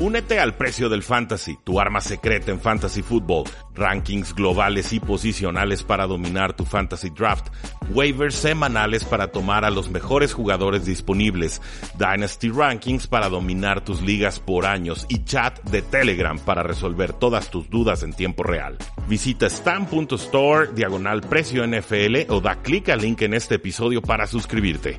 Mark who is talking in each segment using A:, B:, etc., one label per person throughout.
A: Únete al Precio del Fantasy, tu arma secreta en Fantasy Football. Rankings globales y posicionales para dominar tu Fantasy Draft. Waivers semanales para tomar a los mejores jugadores disponibles. Dynasty Rankings para dominar tus ligas por años. Y chat de Telegram para resolver todas tus dudas en tiempo real. Visita stam.store/precio NFL o da clic al link en este episodio para suscribirte.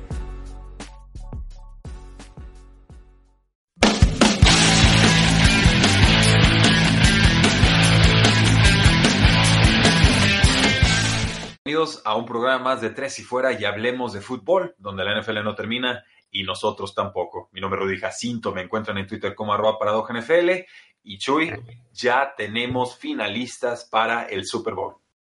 B: Bienvenidos a un programa más de Tres y Fuera y hablemos de fútbol, donde la NFL no termina y nosotros tampoco. Mi nombre es Rudy Jacinto, me encuentran en Twitter como @ParadojaNFL y Chuy, ya tenemos finalistas para el Super Bowl.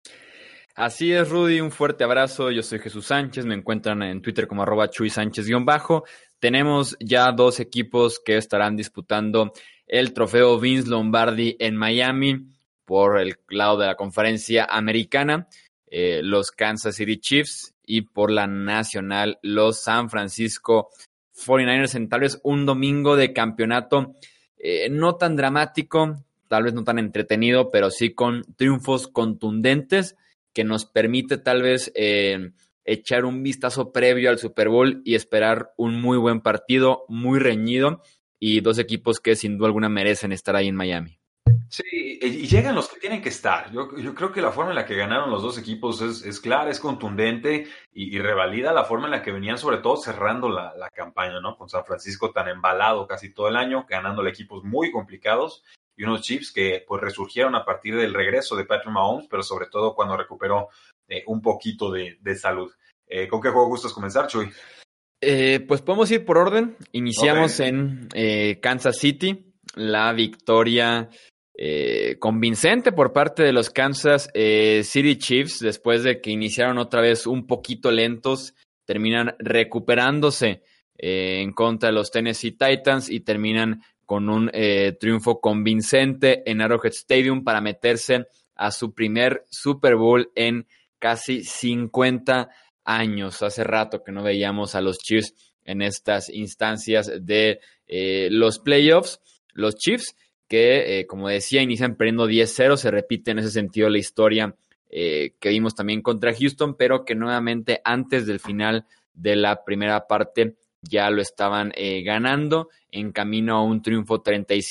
C: Así es, Rudy, un fuerte abrazo. Yo soy Jesús Sánchez, me encuentran en Twitter como @ChuySánchez_. Tenemos ya dos equipos que estarán disputando el trofeo Vince Lombardi en Miami por el lado de la conferencia americana. Los Kansas City Chiefs y por la nacional los San Francisco 49ers en tal vez un domingo de campeonato no tan dramático, tal vez no tan entretenido, pero sí con triunfos contundentes que nos permite tal vez echar un vistazo previo al Super Bowl y esperar un muy buen partido, muy reñido y dos equipos que sin duda alguna merecen estar ahí en Miami.
B: Sí, y llegan los que tienen que estar. Yo creo que la forma en la que ganaron los dos equipos es clara, es contundente y revalida la forma en la que venían, sobre todo cerrando la campaña, ¿no? Con San Francisco tan embalado casi todo el año, ganándole equipos muy complicados y unos Chiefs que pues resurgieron a partir del regreso de Patrick Mahomes, pero sobre todo cuando recuperó un poquito de salud. ¿Con qué juego gustas comenzar, Chuy?
C: Pues podemos ir por orden. Iniciamos en Kansas City, la victoria convincente por parte de los Kansas City Chiefs, después de que iniciaron otra vez un poquito lentos, terminan recuperándose en contra de los Tennessee Titans y terminan con un triunfo convincente en Arrowhead Stadium para meterse a su primer Super Bowl en casi 50 años. Hace rato que no veíamos a los Chiefs en estas instancias de los playoffs. Los Chiefs que, como decía, inician perdiendo 10-0, se repite en ese sentido la historia que vimos también contra Houston, pero que nuevamente antes del final de la primera parte ya lo estaban ganando, en camino a un triunfo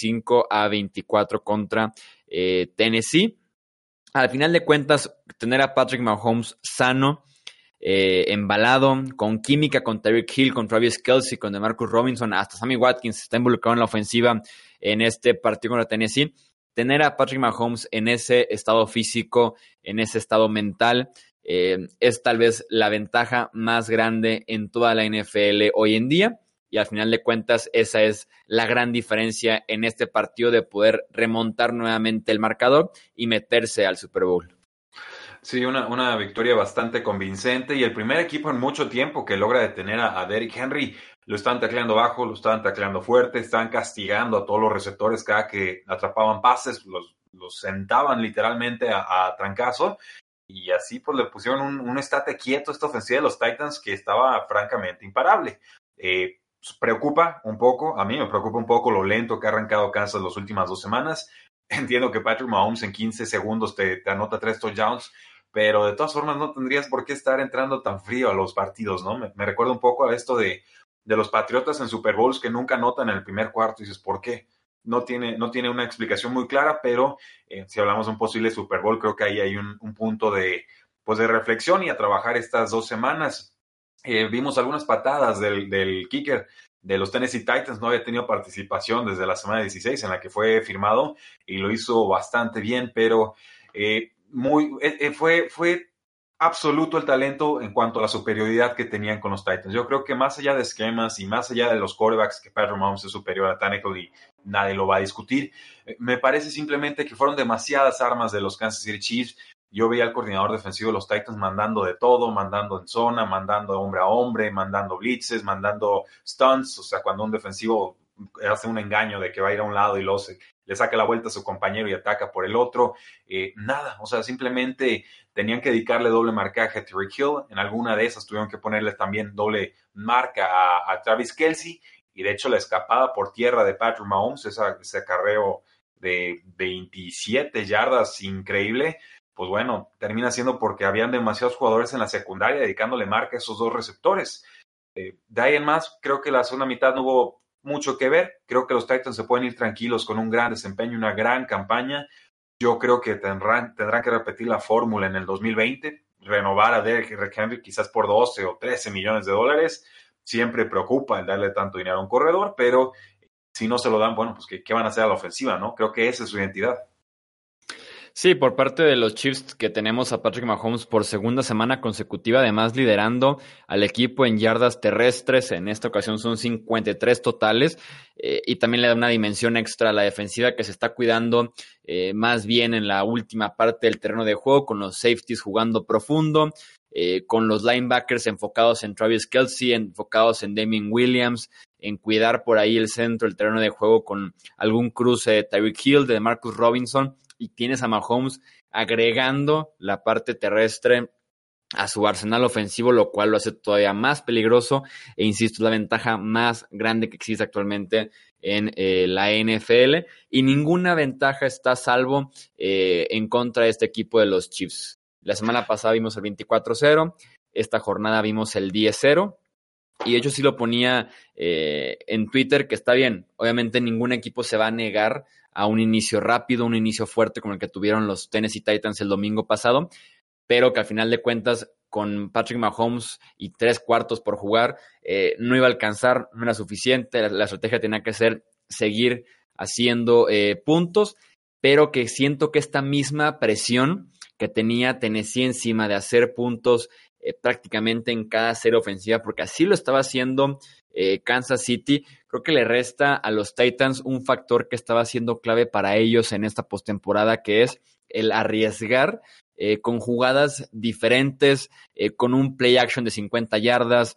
C: 35-24 contra Tennessee. Al final de cuentas, tener a Patrick Mahomes sano, embalado, con química con Tyreek Hill, con Travis Kelce, con DeMarcus Robinson, hasta Sammy Watkins está involucrado en la ofensiva en este partido contra Tennessee. Tener a Patrick Mahomes en ese estado físico, en ese estado mental, es tal vez la ventaja más grande en toda la NFL hoy en día, y al final de cuentas esa es la gran diferencia en este partido de poder remontar nuevamente el marcador y meterse al Super Bowl.
B: Sí, una victoria bastante convincente y el primer equipo en mucho tiempo que logra detener a Derrick Henry. Lo estaban tacleando bajo, lo estaban tacleando fuerte, estaban castigando a todos los receptores cada que atrapaban pases, los sentaban literalmente a trancazo y así pues le pusieron un estate quieto a esta ofensiva de los Titans que estaba francamente imparable. Preocupa un poco, a mí me preocupa un poco lo lento que ha arrancado Kansas las últimas 2 semanas. Entiendo que Patrick Mahomes en 15 segundos te anota 3 touchdowns, pero de todas formas no tendrías por qué estar entrando tan frío a los partidos, ¿no? Me recuerda un poco a esto de los Patriotas en Super Bowls que nunca anotan en el primer cuarto y dices, ¿por qué? No tiene una explicación muy clara, pero si hablamos de un posible Super Bowl, creo que ahí hay un punto de reflexión y a trabajar estas 2 semanas. Vimos algunas patadas del kicker de los Tennessee Titans, no había tenido participación desde la semana 16 en la que fue firmado y lo hizo bastante bien, pero fue absoluto el talento en cuanto a la superioridad que tenían con los Titans. Yo creo que más allá de esquemas y más allá de los quarterbacks, que Patrick Mahomes es superior a Tannehill y nadie lo va a discutir, me parece simplemente que fueron demasiadas armas de los Kansas City Chiefs. Yo veía al coordinador defensivo de los Titans mandando de todo, mandando en zona, mandando hombre a hombre, mandando blitzes, mandando stunts, o sea, cuando un defensivo hace un engaño de que va a ir a un lado y luego le saca la vuelta a su compañero y ataca por el otro, nada, o sea, simplemente tenían que dedicarle doble marcaje a Tyreek Hill, en alguna de esas tuvieron que ponerle también doble marca a Travis Kelce, y de hecho la escapada por tierra de Patrick Mahomes, ese acarreo de 27 yardas increíble, pues bueno, termina siendo porque habían demasiados jugadores en la secundaria dedicándole marca a esos dos receptores. De ahí en más, creo que la segunda mitad no hubo mucho que ver. Creo que los Titans se pueden ir tranquilos con un gran desempeño, una gran campaña. Yo creo que tendrán que repetir la fórmula en el 2020, renovar a Derrick Henry quizás por 12 o 13 millones de dólares. Siempre preocupa el darle tanto dinero a un corredor, pero si no se lo dan, bueno, pues ¿qué van a hacer a la ofensiva, no? Creo que esa es su identidad.
C: Sí, por parte de los Chiefs que tenemos a Patrick Mahomes por segunda semana consecutiva, además liderando al equipo en yardas terrestres, en esta ocasión son 53 totales, y también le da una dimensión extra a la defensiva que se está cuidando más bien en la última parte del terreno de juego, con los safeties jugando profundo, con los linebackers enfocados en Travis Kelce, enfocados en Damien Williams, en cuidar por ahí el centro, el terreno de juego con algún cruce de Tyreek Hill, de Marcus Robinson, y tienes a Mahomes agregando la parte terrestre a su arsenal ofensivo, lo cual lo hace todavía más peligroso, e insisto, es la ventaja más grande que existe actualmente en la NFL, y ninguna ventaja está a salvo en contra de este equipo de los Chiefs. La semana pasada vimos el 24-0, esta jornada vimos el 10-0, y de hecho sí lo ponía en Twitter, que está bien, obviamente ningún equipo se va a negar a un inicio rápido, un inicio fuerte como el que tuvieron los Tennessee Titans el domingo pasado, pero que al final de cuentas con Patrick Mahomes y 3/4 por jugar, no iba a alcanzar, no era suficiente, la estrategia tenía que ser seguir haciendo puntos, pero que siento que esta misma presión que tenía Tennessee encima de hacer puntos prácticamente en cada serie ofensiva, porque así lo estaba haciendo Kansas City, creo que le resta a los Titans un factor que estaba siendo clave para ellos en esta postemporada, que es el arriesgar con jugadas diferentes, con un play action de 50 yardas,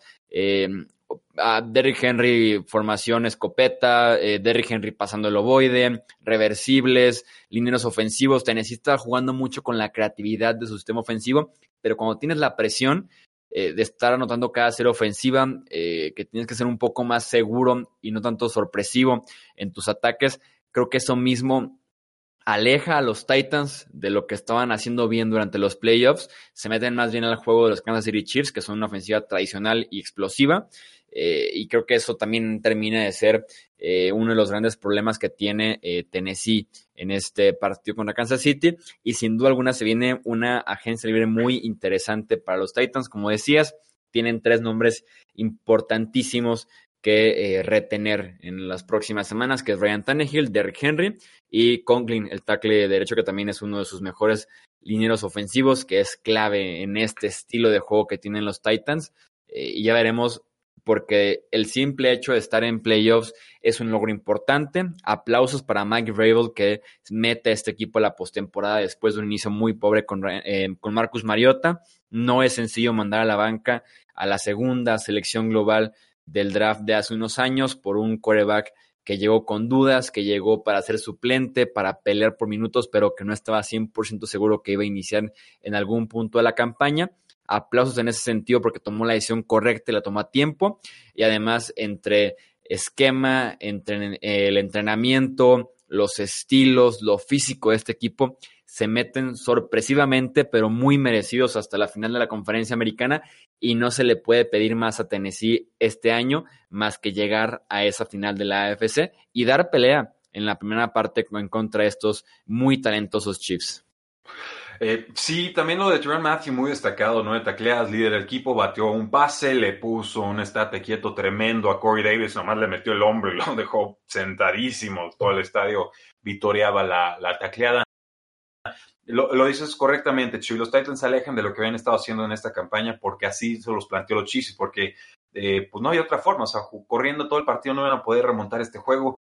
C: a Derrick Henry formación escopeta, Derrick Henry pasando el ovoide, reversibles, lineros ofensivos. Tennessee está jugando mucho con la creatividad de su sistema ofensivo, pero cuando tienes la presión de estar anotando cada serie ofensiva, que tienes que ser un poco más seguro y no tanto sorpresivo en tus ataques, creo que eso mismo aleja a los Titans de lo que estaban haciendo bien durante los playoffs. Se meten más bien al juego de los Kansas City Chiefs, que son una ofensiva tradicional y explosiva, y creo que eso también termina de ser uno de los grandes problemas que tiene Tennessee en este partido contra Kansas City, y sin duda alguna se viene una agencia libre muy interesante para los Titans. Como decías, tienen 3 nombres importantísimos que retener en las próximas semanas, que es Ryan Tannehill, Derrick Henry y Conklin, el tackle derecho, que también es uno de sus mejores linieros ofensivos, que es clave en este estilo de juego que tienen los Titans, y ya veremos, porque el simple hecho de estar en playoffs es un logro importante. Aplausos para Mike Vrabel, que mete a este equipo a la postemporada después de un inicio muy pobre con Marcus Mariota. No es sencillo mandar a la banca a la segunda selección global del draft de hace unos años por un quarterback que llegó con dudas, que llegó para ser suplente, para pelear por minutos, pero que no estaba 100% seguro que iba a iniciar en algún punto de la campaña. Aplausos en ese sentido, porque tomó la decisión correcta y la tomó a tiempo, y además entre esquema, entre el entrenamiento, los estilos, lo físico de este equipo, se meten sorpresivamente, pero muy merecidos hasta la final de la Conferencia Americana, y no se le puede pedir más a Tennessee este año, más que llegar a esa final de la AFC y dar pelea en la primera parte en contra de estos muy talentosos Chiefs.
B: Sí, también lo de Tyrann Mathieu muy destacado, 9 tacleadas, líder del equipo, batió un pase, le puso un estate quieto tremendo a Corey Davis, nomás le metió el hombro y lo dejó sentadísimo, todo el estadio vitoreaba la tacleada. Lo dices correctamente, Chuy, los Titans se alejan de lo que habían estado haciendo en esta campaña, porque así se los planteó los Chiefs, porque pues no hay otra forma, o sea, corriendo todo el partido no van a poder remontar este juego.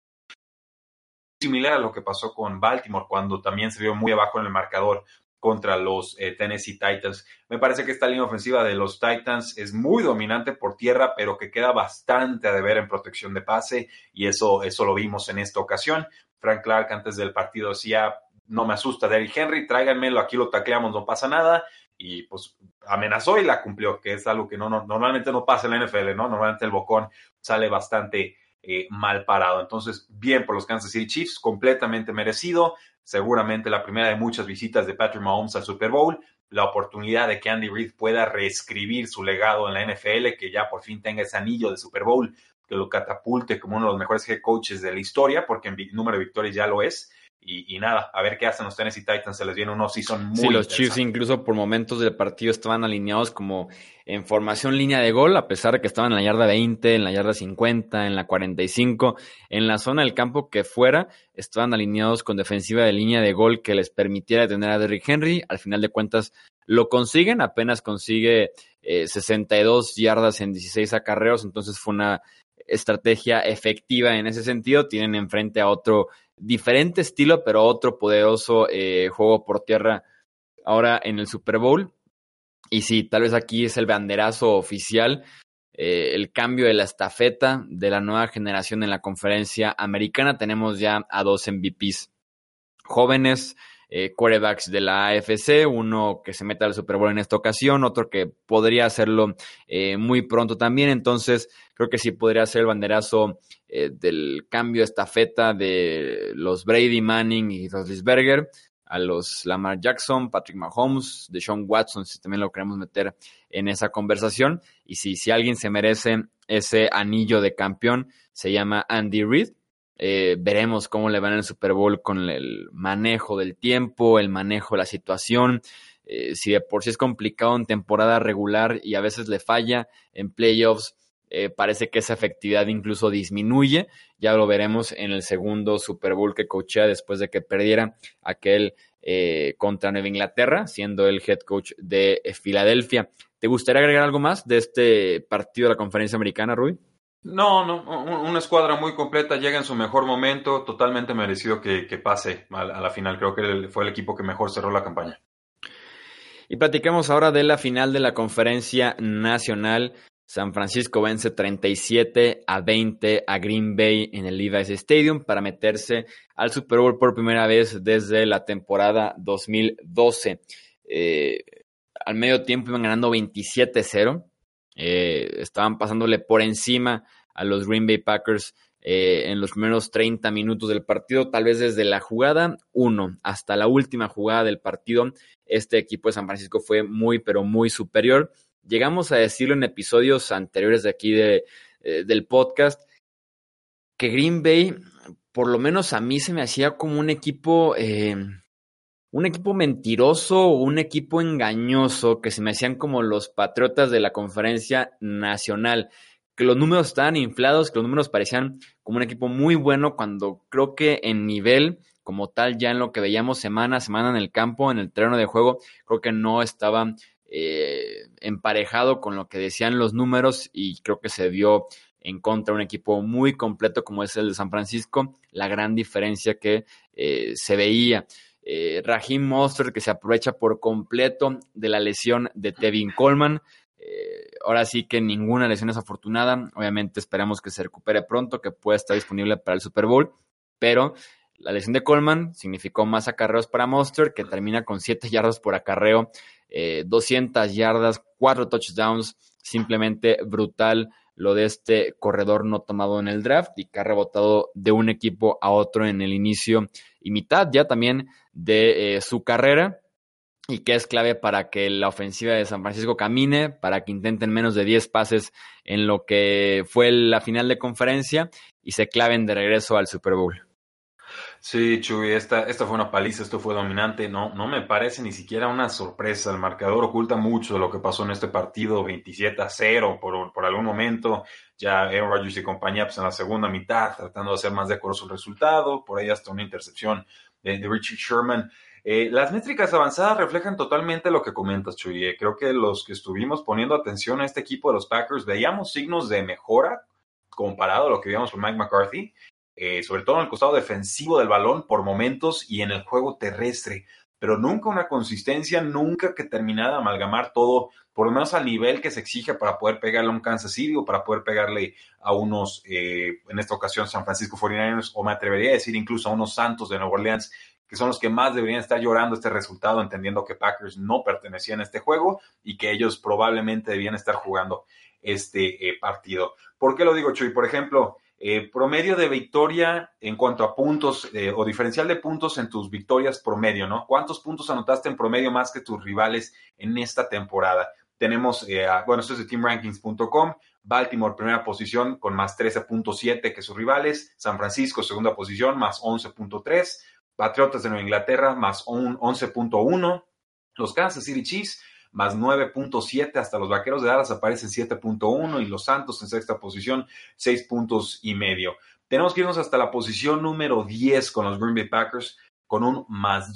B: Similar a lo que pasó con Baltimore, cuando también se vio muy abajo en el marcador contra los Tennessee Titans. Me parece que esta línea ofensiva de los Titans es muy dominante por tierra, pero que queda bastante a deber en protección de pase, y eso lo vimos en esta ocasión. Frank Clark antes del partido decía: no me asusta Derrick Henry, tráiganmelo, aquí lo tacleamos, no pasa nada. Y pues amenazó y la cumplió, que es algo que normalmente no pasa en la NFL, ¿no? Normalmente el bocón sale bastante mal parado. Entonces, bien por los Kansas City Chiefs, completamente merecido. Seguramente la primera de muchas visitas de Patrick Mahomes al Super Bowl, la oportunidad de que Andy Reid pueda reescribir su legado en la NFL, que ya por fin tenga ese anillo de Super Bowl, que lo catapulte como uno de los mejores head coaches de la historia, porque en número de victorias ya lo es. Y nada, a ver qué hacen los Tennessee Titans. Se les viene un off-season muy
C: Sí, los Chiefs incluso por momentos del partido estaban alineados como en formación línea de gol, a pesar de que estaban en la yarda 20, en la yarda 50, en la 45, en la zona del campo que fuera, estaban alineados con defensiva de línea de gol que les permitiera detener a Derrick Henry. Al final de cuentas lo consiguen, apenas consigue 62 yardas en 16 acarreos, entonces fue una estrategia efectiva en ese sentido. Tienen enfrente a otro diferente estilo, pero otro poderoso juego por tierra ahora en el Super Bowl. Y sí, tal vez aquí es el banderazo oficial, el cambio de la estafeta de la nueva generación en la conferencia americana. Tenemos ya a 2 MVPs jóvenes, quarterbacks de la AFC, uno que se mete al Super Bowl en esta ocasión, otro que podría hacerlo muy pronto también. Entonces creo que sí podría ser el banderazo del cambio de estafeta de los Brady, Manning y Roethlisberger a los Lamar Jackson, Patrick Mahomes, Deshaun Watson, si también lo queremos meter en esa conversación. Y si alguien se merece ese anillo de campeón, se llama Andy Reid. Veremos cómo le va en el Super Bowl con el manejo del tiempo, el manejo de la situación. Si de por sí es complicado en temporada regular y a veces le falla en playoffs, parece que esa efectividad incluso disminuye. Ya lo veremos en el segundo Super Bowl que coachea después de que perdiera aquel contra Nueva Inglaterra, siendo el head coach de Filadelfia. ¿Te gustaría agregar algo más de este partido de la Conferencia Americana, Rui?
B: No, una escuadra muy completa, llega en su mejor momento, totalmente merecido que pase a la final. Creo que fue el equipo que mejor cerró la campaña.
C: Y platicamos ahora de la final de la Conferencia Nacional. San Francisco vence 37-20 a Green Bay en el Levi's Stadium para meterse al Super Bowl por primera vez desde la temporada 2012. Al medio tiempo iban ganando 27-0. Estaban pasándole por encima a los Green Bay Packers en los primeros 30 minutos del partido, tal vez desde la jugada 1 hasta la última jugada del partido. Este equipo de San Francisco fue muy, pero muy superior. Llegamos a decirlo en episodios anteriores de aquí del podcast, que Green Bay, por lo menos a mí se me hacía como un equipo mentiroso o un equipo engañoso, que se me hacían como los Patriotas de la Conferencia Nacional, que los números estaban inflados, que los números parecían como un equipo muy bueno, cuando creo que en nivel como tal, ya en lo que veíamos semana a semana en el campo, en el terreno de juego, creo que no estaba emparejado con lo que decían los números, y creo que se vio en contra de un equipo muy completo como es el de San Francisco, la gran diferencia que se veía. Raheem Mostert, que se aprovecha por completo de la lesión de Tevin Coleman. Ahora sí que ninguna lesión es afortunada. Obviamente esperamos que se recupere pronto, que pueda estar disponible para el Super Bowl, pero la lesión de Coleman significó más acarreos para Mostert, que termina con 7 yardas por acarreo, 200 yardas, 4 touchdowns, simplemente brutal lo de este corredor no tomado en el draft y que ha rebotado de un equipo a otro en el inicio y mitad ya también de su carrera, y que es clave para que la ofensiva de San Francisco camine, para que intenten menos de 10 pases en lo que fue la final de conferencia y se claven de regreso al Super Bowl.
B: Sí, Chuy, esta fue una paliza, esto fue dominante, no me parece ni siquiera una sorpresa. El marcador oculta mucho de lo que pasó en este partido, 27-0 por algún momento. Ya Aaron Rodgers y compañía pues en la segunda mitad tratando de hacer más decoroso el resultado, por ahí hasta una intercepción de Richard Sherman. Las métricas avanzadas reflejan totalmente lo que comentas, Chuy. Creo que los que estuvimos poniendo atención a este equipo de los Packers veíamos signos de mejora comparado a lo que veíamos con Mike McCarthy. Sobre todo en el costado defensivo del balón por momentos y en el juego terrestre, pero nunca una consistencia, nunca que terminara de amalgamar todo, por lo menos al nivel que se exige para poder pegarle a un Kansas City o para poder pegarle a unos, en esta ocasión San Francisco 49ers, o me atrevería a decir incluso a unos Santos de Nueva Orleans, que son los que más deberían estar llorando este resultado, entendiendo que Packers no pertenecían a este juego y que ellos probablemente debían estar jugando este partido. ¿Por qué lo digo, Chuy? Por ejemplo, promedio de victoria en cuanto a puntos o diferencial de puntos en tus victorias promedio, ¿no? ¿Cuántos puntos anotaste en promedio más que tus rivales en esta temporada? Tenemos, esto es de teamrankings.com, Baltimore primera posición con más 13.7 que sus rivales, San Francisco segunda posición más 11.3, Patriotas de Nueva Inglaterra más 11.1, los Kansas City Chiefs más 9.7, hasta los Vaqueros de Dallas aparecen 7.1 y los Santos en sexta posición 6.5 puntos. Tenemos que irnos hasta la posición número 10 con los Green Bay Packers con un más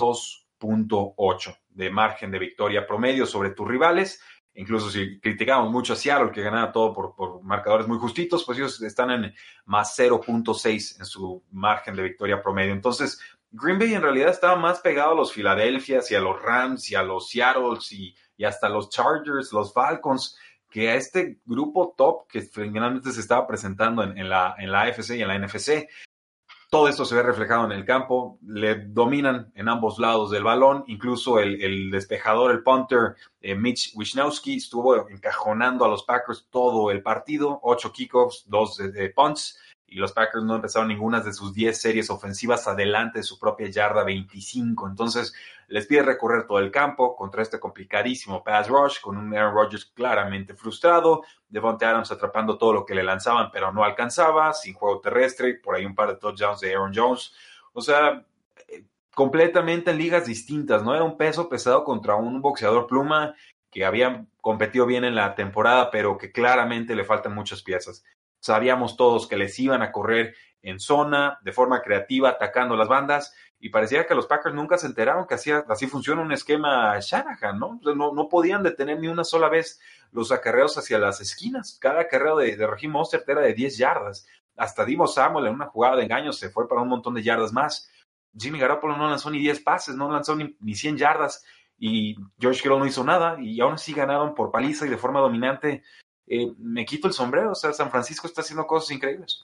B: 2.8 de margen de victoria promedio sobre tus rivales. Incluso si criticamos mucho a Seattle, que ganaba todo por marcadores muy justitos, pues ellos están en más 0.6 en su margen de victoria promedio. Entonces, Green Bay en realidad estaba más pegado a los Philadelphia y a los Rams y a los Seattle y hasta los Chargers, los Falcons, que a este grupo top que finalmente se estaba presentando en la AFC y en la NFC. Todo esto se ve reflejado en el campo, le dominan en ambos lados del balón, incluso el despejador, el punter, Mitch Wishnowsky, estuvo encajonando a los Packers todo el partido, 8 kickoffs, 2 punts, y los Packers no empezaron ninguna de sus 10 series ofensivas adelante de su propia yarda 25. Entonces, les pide recorrer todo el campo contra este complicadísimo pass rush, con un Aaron Rodgers claramente frustrado, Devontae Adams atrapando todo lo que le lanzaban, pero no alcanzaba, sin juego terrestre, por ahí un par de touchdowns de Aaron Jones. O sea, completamente en ligas distintas, ¿no? Era un peso pesado contra un boxeador pluma que había competido bien en la temporada, pero que claramente le faltan muchas piezas. Sabíamos todos que les iban a correr en zona, de forma creativa, atacando las bandas, y parecía que los Packers nunca se enteraron que así funciona un esquema Shanahan, ¿no? No podían detener ni una sola vez los acarreos hacia las esquinas. Cada acarreo de Raheem Mostert era de 10 yardas. Hasta Deebo Samuel en una jugada de engaño se fue para un montón de yardas más. Jimmy Garoppolo no lanzó ni 10 pases, no lanzó ni 100 yardas, y George Kittle no hizo nada, y aún así ganaron por paliza y de forma dominante. Me quito el sombrero, o sea, San Francisco está haciendo cosas increíbles.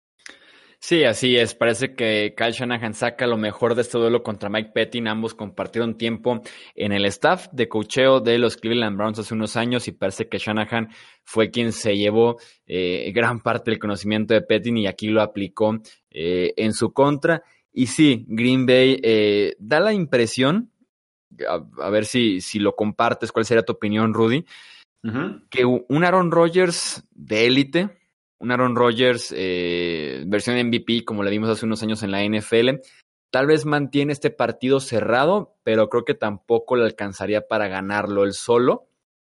C: Sí, así es. Parece que Kyle Shanahan saca lo mejor de este duelo contra Mike Pettin. Ambos compartieron tiempo en el staff de coacheo de los Cleveland Browns hace unos años y parece que Shanahan fue quien se llevó gran parte del conocimiento de Pettin y aquí lo aplicó en su contra. Y sí, Green Bay da la impresión, a ver si lo compartes, cuál sería tu opinión, Rudy, que un Aaron Rodgers de élite, un Aaron Rodgers versión MVP, como le vimos hace unos años en la NFL, tal vez mantiene este partido cerrado, pero creo que tampoco le alcanzaría para ganarlo él solo.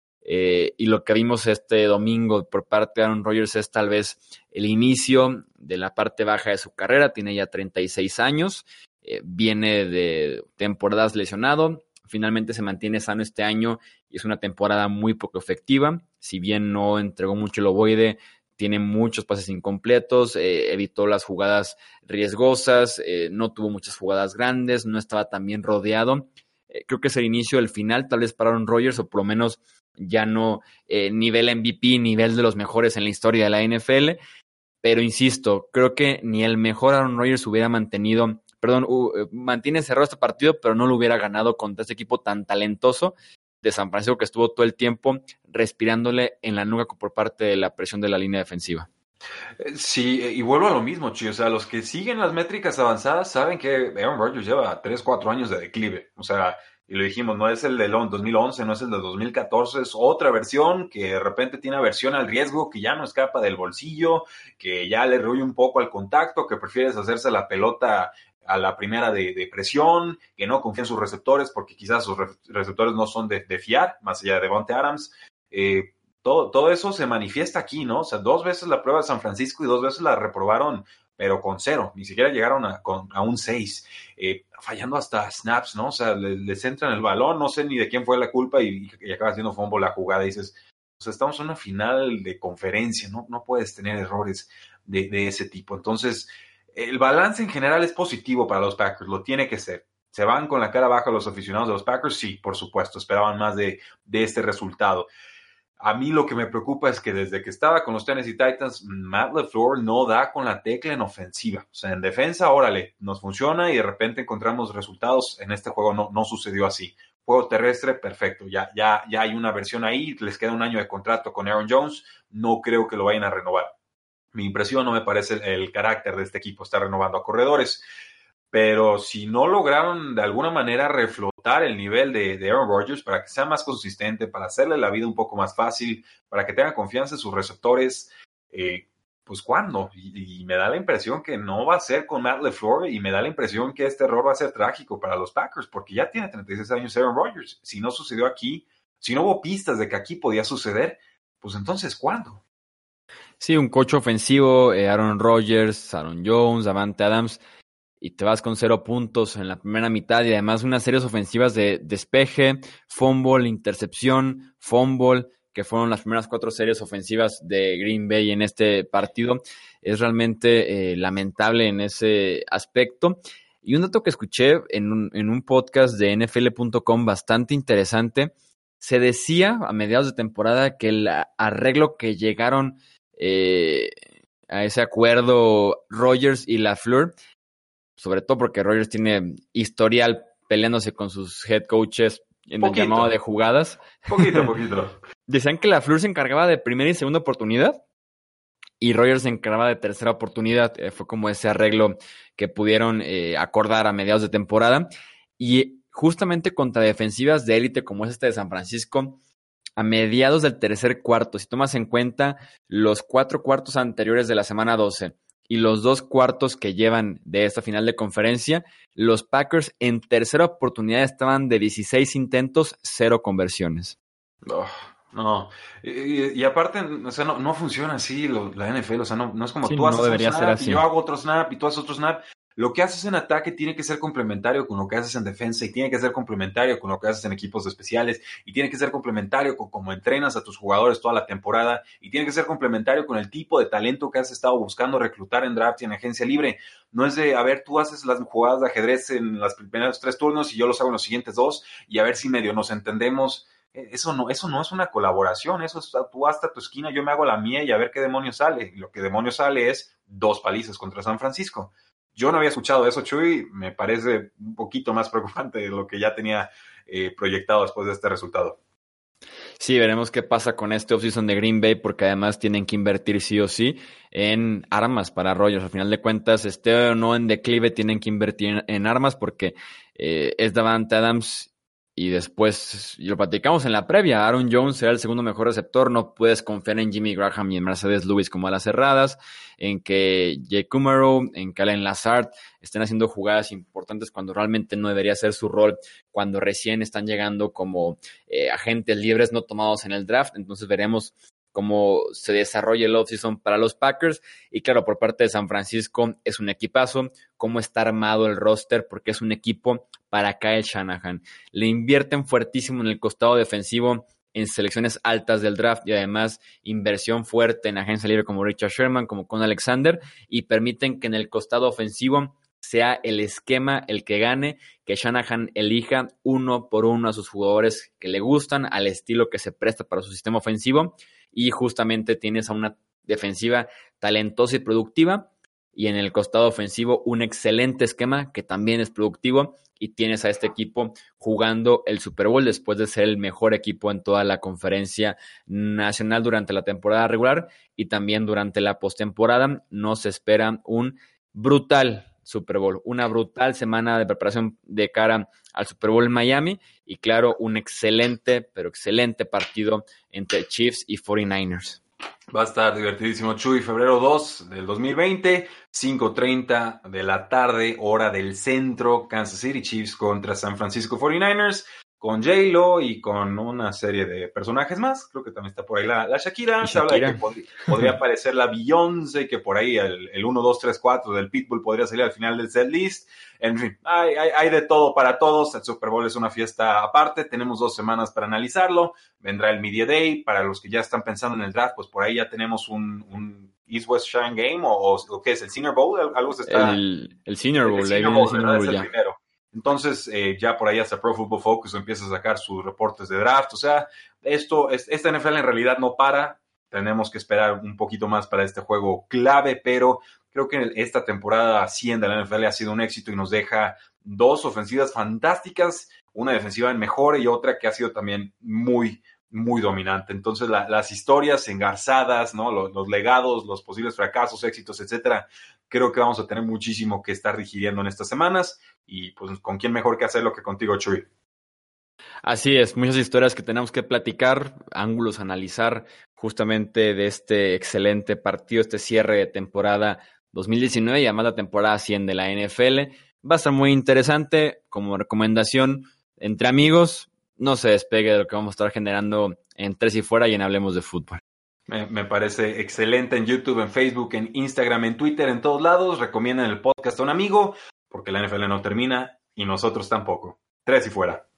C: Y lo que vimos este domingo por parte de Aaron Rodgers es tal vez el inicio de la parte baja de su carrera. Tiene ya 36 años, viene de temporadas lesionado. Finalmente se mantiene sano este año y es una temporada muy poco efectiva. Si bien no entregó mucho el ovoide, tiene muchos pases incompletos, evitó las jugadas riesgosas, no tuvo muchas jugadas grandes, no estaba tan bien rodeado. Creo que es el inicio del final, tal vez para Aaron Rodgers, o por lo menos ya no nivel MVP, nivel de los mejores en la historia de la NFL. Pero insisto, creo que ni el mejor Aaron Rodgers hubiera mantiene cerrado este partido, pero no lo hubiera ganado contra este equipo tan talentoso de San Francisco que estuvo todo el tiempo respirándole en la nuca por parte de la presión de la línea defensiva.
B: Sí, y vuelvo a lo mismo, Chi. O sea, los que siguen las métricas avanzadas saben que Aaron Rodgers lleva 3-4 años de declive. O sea, y lo dijimos, no es el del 2011, no es el del 2014, es otra versión que de repente tiene aversión al riesgo, que ya no escapa del bolsillo, que ya le ruye un poco al contacto, que prefiere hacerse la pelota a la primera de presión, que no confía en sus receptores porque quizás sus receptores no son de fiar, más allá de Devontae Adams. Todo eso se manifiesta aquí, ¿no? O sea, 2 veces la prueba de San Francisco y 2 veces la reprobaron, pero con 0, ni siquiera llegaron a un 6, fallando hasta snaps, ¿no? O sea, les entran el balón, no sé ni de quién fue la culpa y acaba siendo fumble la jugada y dices, o sea, estamos en una final de conferencia, no puedes tener errores de ese tipo. Entonces, el balance en general es positivo para los Packers, lo tiene que ser. ¿Se van con la cara baja los aficionados de los Packers? Sí, por supuesto, esperaban más de este resultado. A mí lo que me preocupa es que desde que estaba con los Tennessee Titans, Matt LaFleur no da con la tecla en ofensiva. O sea, en defensa, órale, nos funciona y de repente encontramos resultados. En este juego no sucedió así. Juego terrestre, perfecto. Ya hay una versión ahí. Les queda un año de contrato con Aaron Jones. No creo que lo vayan a renovar. Mi impresión, no me parece el carácter de este equipo está renovando a corredores. Pero si no lograron de alguna manera reflotar el nivel de Aaron Rodgers para que sea más consistente, para hacerle la vida un poco más fácil, para que tenga confianza en sus receptores, pues ¿cuándo? Y me da la impresión que no va a ser con Matt LaFleur y me da la impresión que este error va a ser trágico para los Packers porque ya tiene 36 años Aaron Rodgers. Si no sucedió aquí, si no hubo pistas de que aquí podía suceder, pues entonces ¿cuándo?
C: Sí, un coach ofensivo, Aaron Rodgers, Aaron Jones, Davante Adams, y te vas con 0 puntos en la primera mitad y además unas series ofensivas de despeje, fumble, intercepción, fumble, que fueron las primeras 4 series ofensivas de Green Bay en este partido. Es realmente lamentable en ese aspecto. Y un dato que escuché en un podcast de NFL.com bastante interesante, se decía a mediados de temporada que el arreglo que llegaron a ese acuerdo Rodgers y LaFleur, sobre todo porque Rodgers tiene historial peleándose con sus head coaches en el llamado de jugadas.
B: Poquito.
C: Decían que LaFleur se encargaba de primera y segunda oportunidad y Rodgers se encargaba de tercera oportunidad. Fue como ese arreglo que pudieron acordar a mediados de temporada. Y justamente contra defensivas de élite como es esta de San Francisco, a mediados del tercer cuarto, si tomas en cuenta los 4 cuartos anteriores de la semana 12 y los 2 cuartos que llevan de esta final de conferencia, los Packers en tercera oportunidad estaban de 16 intentos, 0 conversiones.
B: No. Y aparte, o sea, no funciona así la NFL, o sea, no es como
C: sí,
B: tú haces
C: no
B: un snap
C: ser así.
B: y yo hago otro snap y tú haces otro snap. Lo que haces en ataque tiene que ser complementario con lo que haces en defensa y tiene que ser complementario con lo que haces en equipos especiales y tiene que ser complementario con cómo entrenas a tus jugadores toda la temporada y tiene que ser complementario con el tipo de talento que has estado buscando reclutar en draft y en agencia libre. No es de, a ver, tú haces las jugadas de ajedrez en los primeros 3 turnos y yo los hago en los siguientes 2 y a ver si medio nos entendemos. Eso no es una colaboración, eso es tú hasta tu esquina, yo me hago la mía y a ver qué demonios sale. Y lo que demonios sale es 2 palizas contra San Francisco. Yo no había escuchado eso, Chuy, me parece un poquito más preocupante de lo que ya tenía proyectado después de este resultado.
C: Sí, veremos qué pasa con este offseason de Green Bay, porque además tienen que invertir sí o sí en armas para Rodgers. Al final de cuentas, esté o no en declive, tienen que invertir en armas porque es Davante Adams. Y después, y lo platicamos en la previa, Aaron Jones será el segundo mejor receptor, no puedes confiar en Jimmy Graham y en Mercedes Lewis como a las cerradas, en que Jake Kumaro, en que Allen Lazard estén haciendo jugadas importantes cuando realmente no debería ser su rol, cuando recién están llegando como agentes libres no tomados en el draft. Entonces veremos cómo se desarrolla el offseason para los Packers. Y claro, por parte de San Francisco es un equipazo, cómo está armado el roster, porque es un equipo para Kyle Shanahan. Le invierten fuertísimo en el costado defensivo, en selecciones altas del draft y además inversión fuerte en agencia libre como Richard Sherman, como con Alexander, y permiten que en el costado ofensivo sea el esquema el que gane, que Shanahan elija uno por uno a sus jugadores que le gustan, al estilo que se presta para su sistema ofensivo, y justamente tienes a una defensiva talentosa y productiva, y en el costado ofensivo un excelente esquema que también es productivo, y tienes a este equipo jugando el Super Bowl después de ser el mejor equipo en toda la conferencia nacional durante la temporada regular y también durante la postemporada. Nos espera un brutal Super Bowl, una brutal semana de preparación de cara al Super Bowl en Miami y claro, un excelente, pero excelente partido entre Chiefs y 49ers.
B: Va a estar divertidísimo, Chuy. Febrero 2 del 2020, 5:30 de la tarde, hora del centro, Kansas City Chiefs contra San Francisco 49ers, con J-Lo y con una serie de personajes más. Creo que también está por ahí la Shakira. Se habla de que podría aparecer la Beyoncé, que por ahí el 1, 2, 3, 4 del Pitbull podría salir al final del set list. En fin, hay de todo para todos. El Super Bowl es una fiesta aparte. Tenemos 2 semanas para analizarlo. Vendrá el Media Day. Para los que ya están pensando en el draft, pues por ahí ya tenemos un East West Shrine Game o ¿qué es? ¿El Senior Bowl? Algo se está...
C: El Senior Bowl.
B: El Senior Bowl, ¿verdad? Es el primero. Entonces, ya por ahí hasta Pro Football Focus empieza a sacar sus reportes de draft. O sea, esta NFL en realidad no para. Tenemos que esperar un poquito más para este juego clave, pero creo que esta temporada 100 de la NFL ha sido un éxito y nos deja 2 ofensivas fantásticas, una defensiva en mejora y otra que ha sido también muy, muy dominante. Entonces, las historias engarzadas, ¿no? Los legados, los posibles fracasos, éxitos, etcétera, creo que vamos a tener muchísimo que estar digiriendo en estas semanas y pues con quién mejor que hacerlo que contigo, Chuy.
C: Así es, muchas historias que tenemos que platicar, ángulos a analizar justamente de este excelente partido, este cierre de temporada 2019 y además la temporada 100 de la NFL. Va a estar muy interesante. Como recomendación, entre amigos, no se despegue de lo que vamos a estar generando en Tres y Fuera y en Hablemos de Fútbol.
B: Me parece excelente en YouTube, en Facebook, en Instagram, en Twitter, en todos lados. Recomienden el podcast a un amigo porque la NFL no termina y nosotros tampoco. Tres y Fuera.